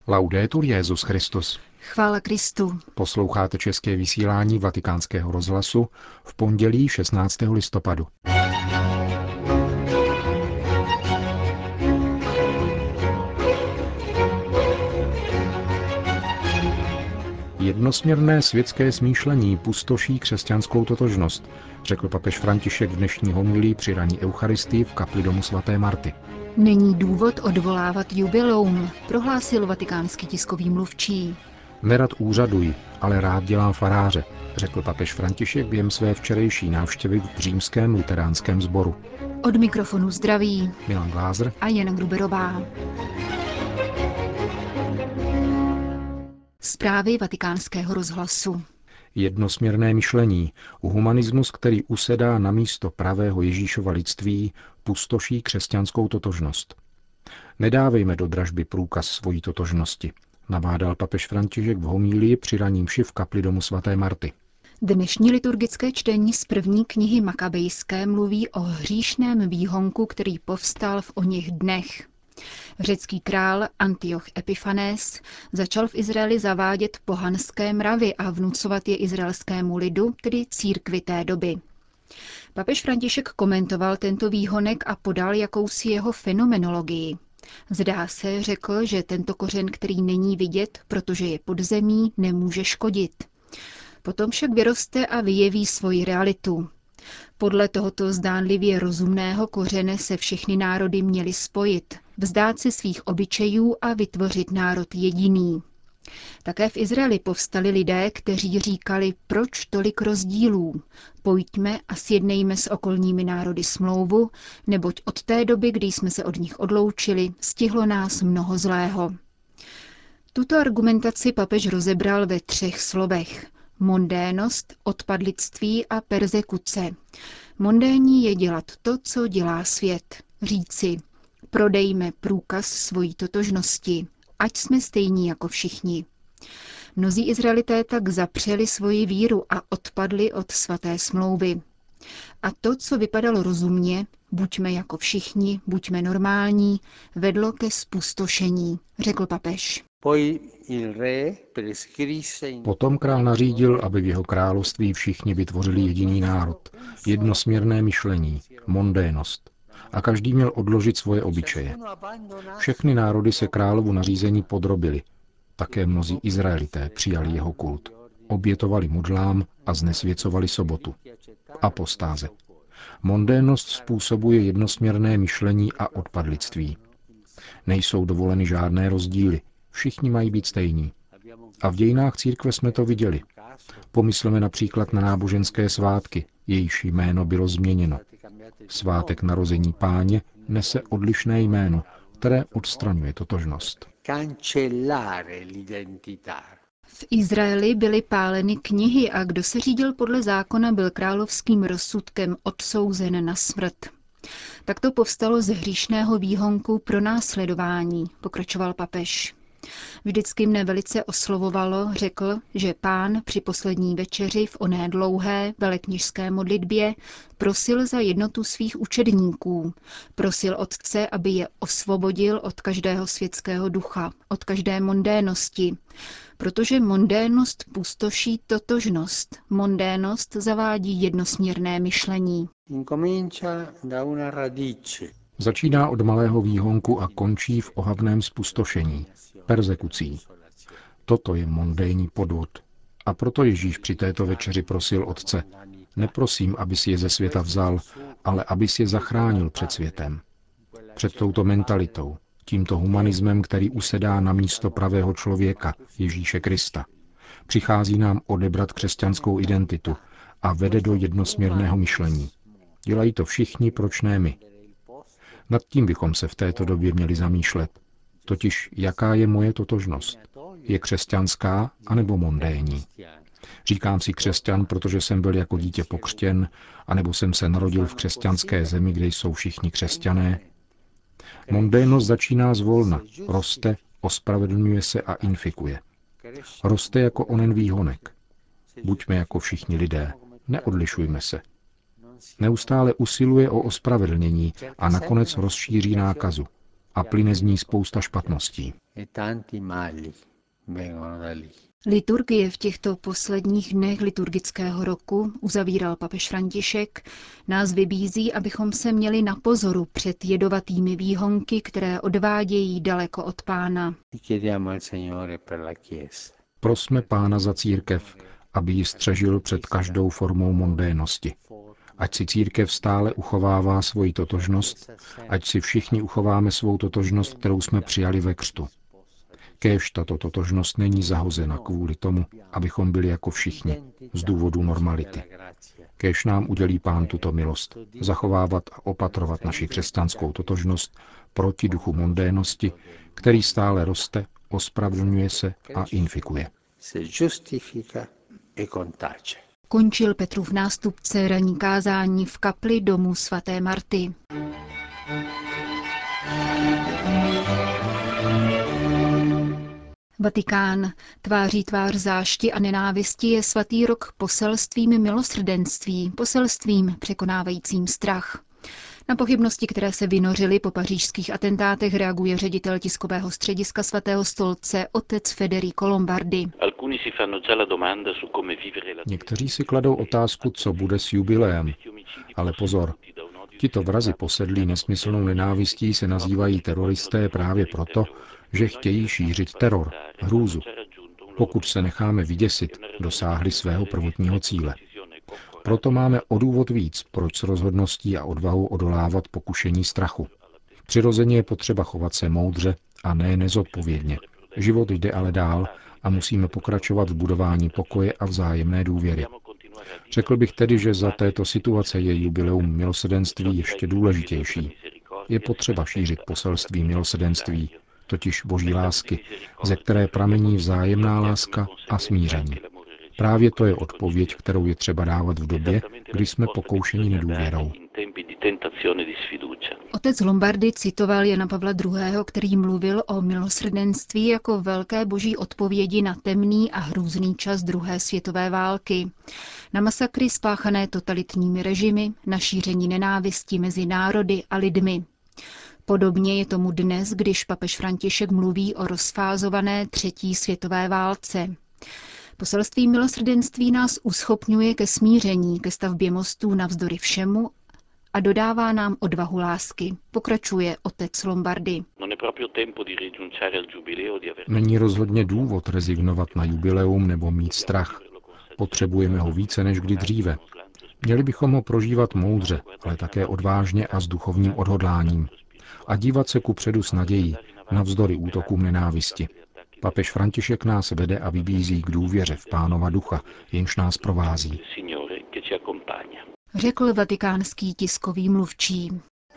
Laudetur Jesus Christus. Chvála Kristu. Posloucháte české vysílání Vatikánského rozhlasu v pondělí 16. listopadu. Jednosměrné světské smýšlení pustoší křesťanskou totožnost, řekl papež František v dnešní homilii při raní eucharistii v kapli domu svaté Marty. Není důvod odvolávat jubileum, prohlásil vatikánský tiskový mluvčí. Nerad úřaduji, ale rád dělám faráře, řekl papež František během své včerejší návštěvy v římském luteránském sboru. Od mikrofonu zdraví Milan Glázer a Jana Gruberová. Zprávy vatikánského rozhlasu. Jednosměrné myšlení, humanismus, který usedá na místo pravého Ježíšova lidství, pustoší křesťanskou totožnost. Nedávejme do dražby průkaz svojí totožnosti, nabádal papež František v homílii při raní mši v kapli domu svaté Marty. Dnešní liturgické čtení z první knihy Makabejské mluví o hříšném výhonku, který povstal v oněch dnech. Řecký král Antioch Epifanes začal v Izraeli zavádět pohanské mravy a vnucovat je izraelskému lidu, tedy církvi té doby. Papež František komentoval tento výhonek a podal jakousi jeho fenomenologii. Zdá se, řekl, že tento kořen, který není vidět, protože je pod zemí, nemůže škodit. Potom však vyroste a vyjeví svoji realitu. Podle tohoto zdánlivě rozumného kořene se všechny národy měly spojit, vzdát se svých obyčejů a vytvořit národ jediný. Také v Izraeli povstali lidé, kteří říkali, proč tolik rozdílů. Pojďme a sjednejme s okolními národy smlouvu, neboť od té doby, kdy jsme se od nich odloučili, stihlo nás mnoho zlého. Tuto argumentaci papež rozebral ve 3 slovech. Mondénost, odpadlictví a perzekuce. Mondénní je dělat to, co dělá svět. Říci, prodejme průkaz svojí totožnosti, ať jsme stejní jako všichni. Mnozí Izraelité tak zapřeli svoji víru a odpadli od svaté smlouvy. A to, co vypadalo rozumně, buďme jako všichni, buďme normální, vedlo ke zpustošení, řekl papež. Potom král nařídil, aby v jeho království všichni vytvořili jediný národ, jednosměrné myšlení, mondénost. A každý měl odložit svoje obyčeje. Všechny národy se královu nařízení podrobili. Také mnozí Izraelité přijali jeho kult. Obětovali modlám a znesvěcovali sobotu. Apostáze. Mondénost způsobuje jednosměrné myšlení a odpadlictví. Nejsou dovoleny žádné rozdíly. Všichni mají být stejní. A v dějinách církve jsme to viděli. Pomysleme například na náboženské svátky, jejichž jméno bylo změněno. Svátek narození Páně nese odlišné jméno, které odstraňuje totožnost. V Izraeli byly páleny knihy a kdo se řídil podle zákona, byl královským rozsudkem odsouzen na smrt. Takto povstalo z hříšného výhonku pronásledování, pokračoval papež. Vždycky mne velice oslovovalo, řekl, že Pán při poslední večeři v oné dlouhé velekněžské modlitbě prosil za jednotu svých učedníků. Prosil Otce, aby je osvobodil od každého světského ducha, od každé mondénosti, protože mondénost pustoší totožnost. Mondénost zavádí jednosměrné myšlení. Začíná od malého výhonku a končí v ohavném zpustošení, perzekucí. Toto je mondénní podvod. A proto Ježíš při této večeři prosil Otce, neprosím, aby si je ze světa vzal, ale aby si je zachránil před světem. Před touto mentalitou, tímto humanismem, který usedá na místo pravého člověka, Ježíše Krista. Přichází nám odebrat křesťanskou identitu a vede do jednosměrného myšlení. Dělají to všichni, proč ne my? Nad tím bychom se v této době měli zamýšlet. Totiž, jaká je moje totožnost? Je křesťanská anebo mondénní? Říkám si křesťan, protože jsem byl jako dítě pokřtěn, anebo jsem se narodil v křesťanské zemi, kde jsou všichni křesťané. Mondénost začíná zvolna, roste, ospravedlňuje se a infikuje. Roste jako onen výhonek. Buďme jako všichni lidé, neodlišujme se. Neustále usiluje o ospravedlnění a nakonec rozšíří nákazu. a plyne z ní spousta špatností. Liturgie v těchto posledních dnech liturgického roku, uzavíral papež František, nás vybízí, abychom se měli na pozoru před jedovatými výhonky, které odvádějí daleko od Pána. Prosme Pána za církev, aby ji střežil před každou formou mondénosti. Ať si církev stále uchovává svoji totožnost, ať si všichni uchováme svou totožnost, kterou jsme přijali ve křtu. Kéž tato totožnost není zahozena kvůli tomu, abychom byli jako všichni, z důvodu normality. Kéž nám udělí Pán tuto milost, zachovávat a opatrovat naši křesťanskou totožnost proti duchu mondénosti, který stále roste, ospravedlňuje se a infikuje. Končil Petrův nástupce ranní kázání v kapli domu svaté Marty. Vatikán. Tváří tvář zášti a nenávisti je svatý rok poselstvím milosrdenství, poselstvím překonávajícím strach. Na pochybnosti, které se vynořily po pařížských atentátech, reaguje ředitel tiskového střediska svatého stolce otec Federico Lombardi. Někteří si kladou otázku, co bude s jubileem. Ale pozor, tito vrazi posedlí nesmyslnou nenávistí se nazývají teroristé právě proto, že chtějí šířit teror, hrůzu. Pokud se necháme vyděsit, dosáhli svého prvotního cíle. Proto máme o důvod víc, proč s rozhodností a odvahou odolávat pokušení strachu. Přirozeně je potřeba chovat se moudře a ne nezodpovědně. Život jde ale dál a musíme pokračovat v budování pokoje a vzájemné důvěry. Řekl bych tedy, že za této situace je jubileum milosrdenství ještě důležitější. Je potřeba šířit poselství milosrdenství, totiž boží lásky, ze které pramení vzájemná láska a smíření. Právě to je odpověď, kterou je třeba dávat v době, kdy jsme pokoušeni nedůvěrou. Otec Lombardi citoval Jana Pavla II., který mluvil o milosrdenství jako velké boží odpovědi na temný a hrůzný čas druhé světové války, na masakry spáchané totalitními režimy, na šíření nenávisti mezi národy a lidmi. Podobně je tomu dnes, když papež František mluví o rozfázované třetí světové válce. Poselství milosrdenství nás uschopňuje ke smíření, ke stavbě mostů navzdory všemu a dodává nám odvahu lásky, pokračuje otec Lombardi. Není rozhodně důvod rezignovat na jubileum nebo mít strach. Potřebujeme ho více než kdy dříve. Měli bychom ho prožívat moudře, ale také odvážně a s duchovním odhodláním. A dívat se kupředu s nadějí, navzdory útokům nenávisti. Papež František nás vede a vybízí k důvěře v Pánova ducha, jenž nás provází. Řekl vatikánský tiskový mluvčí.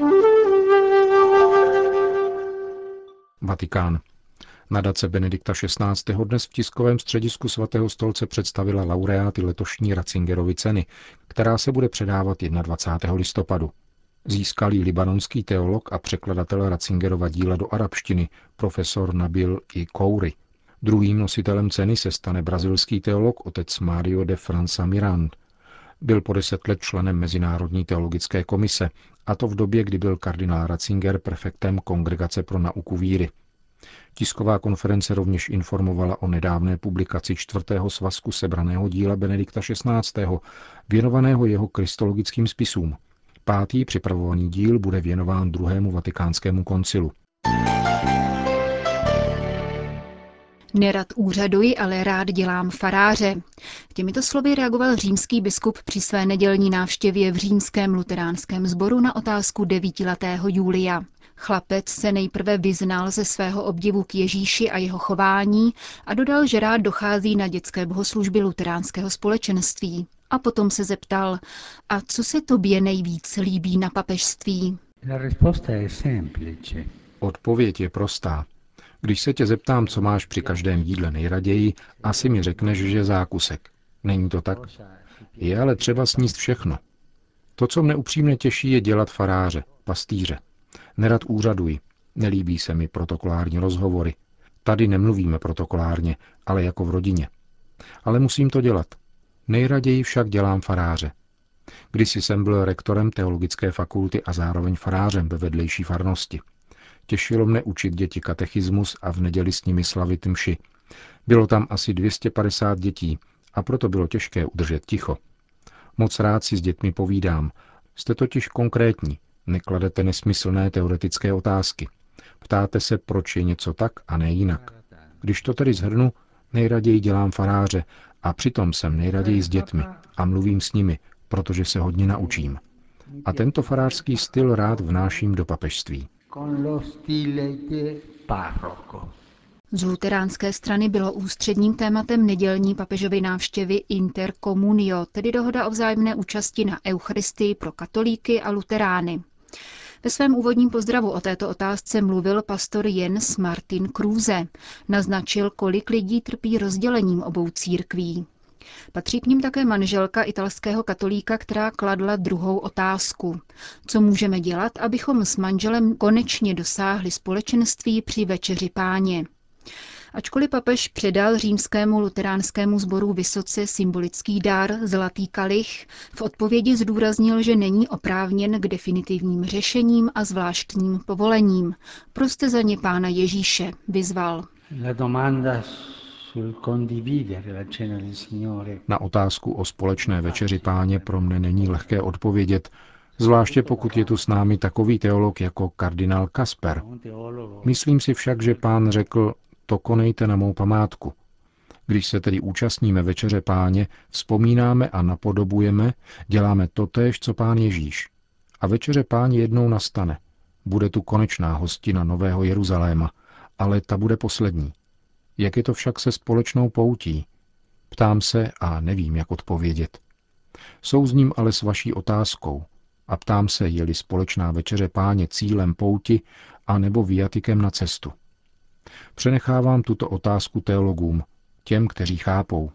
Vatikán. Nadace Benedikta XVI. Dnes v tiskovém středisku svatého stolce představila laureáty letošní Ratzingerovy ceny, která se bude předávat 21. listopadu. Získal ji libanonský teolog a překladatel Ratzingerova díla do arabštiny, profesor Nabil I. Kouri. Druhým nositelem ceny se stane brazilský teolog otec Mário de França Miranda. Byl po 10 let členem Mezinárodní teologické komise, a to v době, kdy byl kardinál Ratzinger prefektem Kongregace pro nauku víry. Tisková konference rovněž informovala o nedávné publikaci 4. svazku sebraného díla Benedikta XVI., věnovaného jeho kristologickým spisům. 5. připravovaný díl bude věnován 2. vatikánskému koncilu. Nerad úřaduji, ale rád dělám faráře. Těmito slovy reagoval římský biskup při své nedělní návštěvě v římském luteránském sboru na otázku 9letého Julia. Chlapec se nejprve vyznal ze svého obdivu k Ježíši a jeho chování a dodal, že rád dochází na dětské bohoslužby luteránského společenství. A potom se zeptal, a co se tobě nejvíc líbí na papežství? Odpověď je prostá. Když se tě zeptám, co máš při každém jídle nejraději, asi mi řekneš, že zákusek. Není to tak? Je ale třeba sníst všechno. To, co mne upřímně těší, je dělat faráře, pastýře. Nerad úřaduji. Nelíbí se mi protokolární rozhovory. Tady nemluvíme protokolárně, ale jako v rodině. Ale musím to dělat. Nejraději však dělám faráře. Kdysi jsem byl rektorem teologické fakulty a zároveň farářem ve vedlejší farnosti. Těšilo mne učit děti katechismus a v neděli s nimi slavit mši. Bylo tam asi 250 dětí a proto bylo těžké udržet ticho. Moc rád si s dětmi povídám. Jste totiž konkrétní, nekladete nesmyslné teoretické otázky. Ptáte se, proč je něco tak a ne jinak. Když to tedy shrnu, nejraději dělám faráře a přitom jsem nejraději s dětmi a mluvím s nimi, protože se hodně naučím. A tento farářský styl rád vnáším do papežství. Z luteránské strany bylo ústředním tématem nedělní papežovy návštěvy intercommunio, tedy dohoda o vzájemné účasti na eucharistii pro katolíky a luterány. Ve svém úvodním pozdravu o této otázce mluvil pastor Jens Martin Kruse. Naznačil, kolik lidí trpí rozdělením obou církví. Patří k nim také manželka italského katolíka, která kladla druhou otázku. Co můžeme dělat, abychom s manželem konečně dosáhli společenství při večeři Páně? Ačkoliv papež předal římskému luteránskému sboru vysoce symbolický dar, zlatý kalich, v odpovědi zdůraznil, že není oprávněn k definitivním řešením a zvláštním povolením. Proste za ně Pána Ježíše, vyzval. Na otázku o společné večeři Páně pro mne není lehké odpovědět, zvláště pokud je tu s námi takový teolog jako kardinál Kasper. Myslím si však, že Pán řekl, to konejte na mou památku. Když se tedy účastníme večeře Páně, vzpomínáme a napodobujeme, děláme totéž, co Pán Ježíš. A večeře Páně jednou nastane. Bude tu konečná hostina Nového Jeruzaléma, ale ta bude poslední. Jak je to však se společnou poutí? Ptám se a nevím, jak odpovědět. Souzním ale s vaší otázkou a ptám se, je-li společná večeře Páně cílem pouti a nebo viatikem na cestu. Přenechávám tuto otázku teologům, těm, kteří chápou.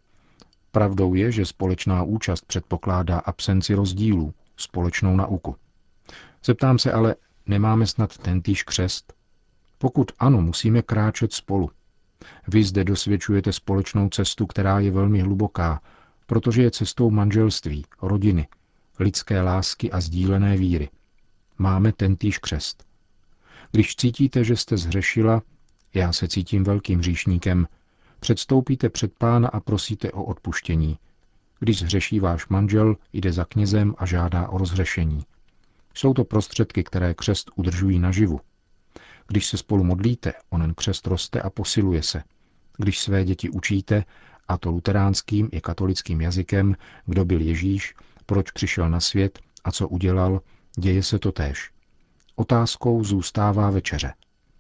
Pravdou je, že společná účast předpokládá absenci rozdílů, společnou nauku. Zeptám se ale, nemáme snad tentýž křest? Pokud ano, musíme kráčet spolu. Vy zde dosvědčujete společnou cestu, která je velmi hluboká, protože je cestou manželství, rodiny, lidské lásky a sdílené víry. Máme tentýž křest. Když cítíte, že jste zhřešila, já se cítím velkým hříšníkem, předstoupíte před Pána a prosíte o odpuštění. Když zhřeší váš manžel, jde za knězem a žádá o rozhřešení. Jsou to prostředky, které křest udržují naživu. Když se spolu modlíte, onen křest roste a posiluje se. Když své děti učíte, a to luteránským i katolickým jazykem, kdo byl Ježíš, proč přišel na svět a co udělal, děje se to též. Otázkou zůstává večeře.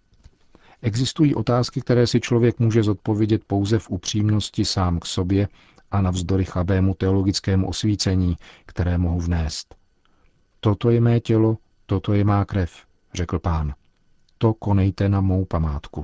Existují otázky, které si člověk může zodpovědět pouze v upřímnosti sám k sobě a navzdory chabému teologickému osvícení, které mohu vnést. Toto je mé tělo, toto je má krev, řekl Pán. To konejte na mou památku.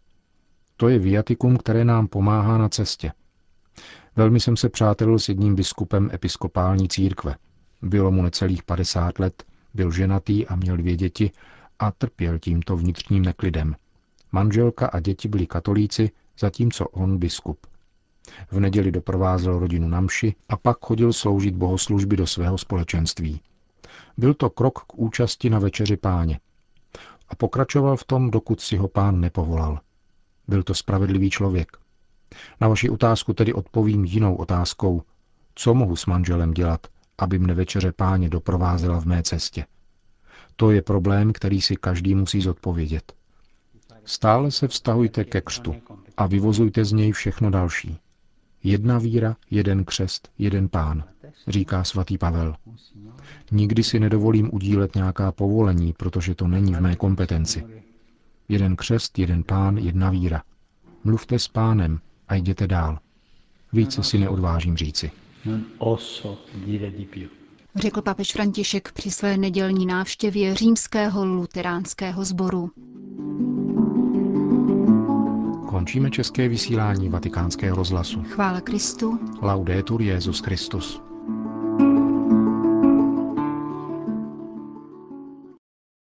To je viatikum, které nám pomáhá na cestě. Velmi jsem se přátelil s jedním biskupem episkopální církve. Bylo mu necelých 50 let, byl ženatý a měl 2 děti a trpěl tímto vnitřním neklidem. Manželka a děti byli katolíci, zatímco on biskup. V neděli doprovázel rodinu na mši a pak chodil sloužit bohoslužby do svého společenství. Byl to krok k účasti na večeři Páně. A pokračoval v tom, dokud si ho Pán nepovolal. Byl to spravedlivý člověk. Na vaši otázku tedy odpovím jinou otázkou. Co mohu s manželem dělat, aby mne večeře Páně doprovázela v mé cestě? To je problém, který si každý musí zodpovědět. Stále se vztahujte ke křtu a vyvozujte z něj všechno další. Jedna víra, jeden křest, jeden Pán, říká svatý Pavel. Nikdy si nedovolím udílet nějaká povolení, protože to není v mé kompetenci. Jeden křest, jeden Pán, jedna víra. Mluvte s Pánem a jděte dál. Více si neodvážím říci. Řekl papež František při své nedělní návštěvě římského luteránského sboru. Končíme české vysílání Vatikánského rozhlasu. Chvála Kristu. Laudetur Jesus Christus.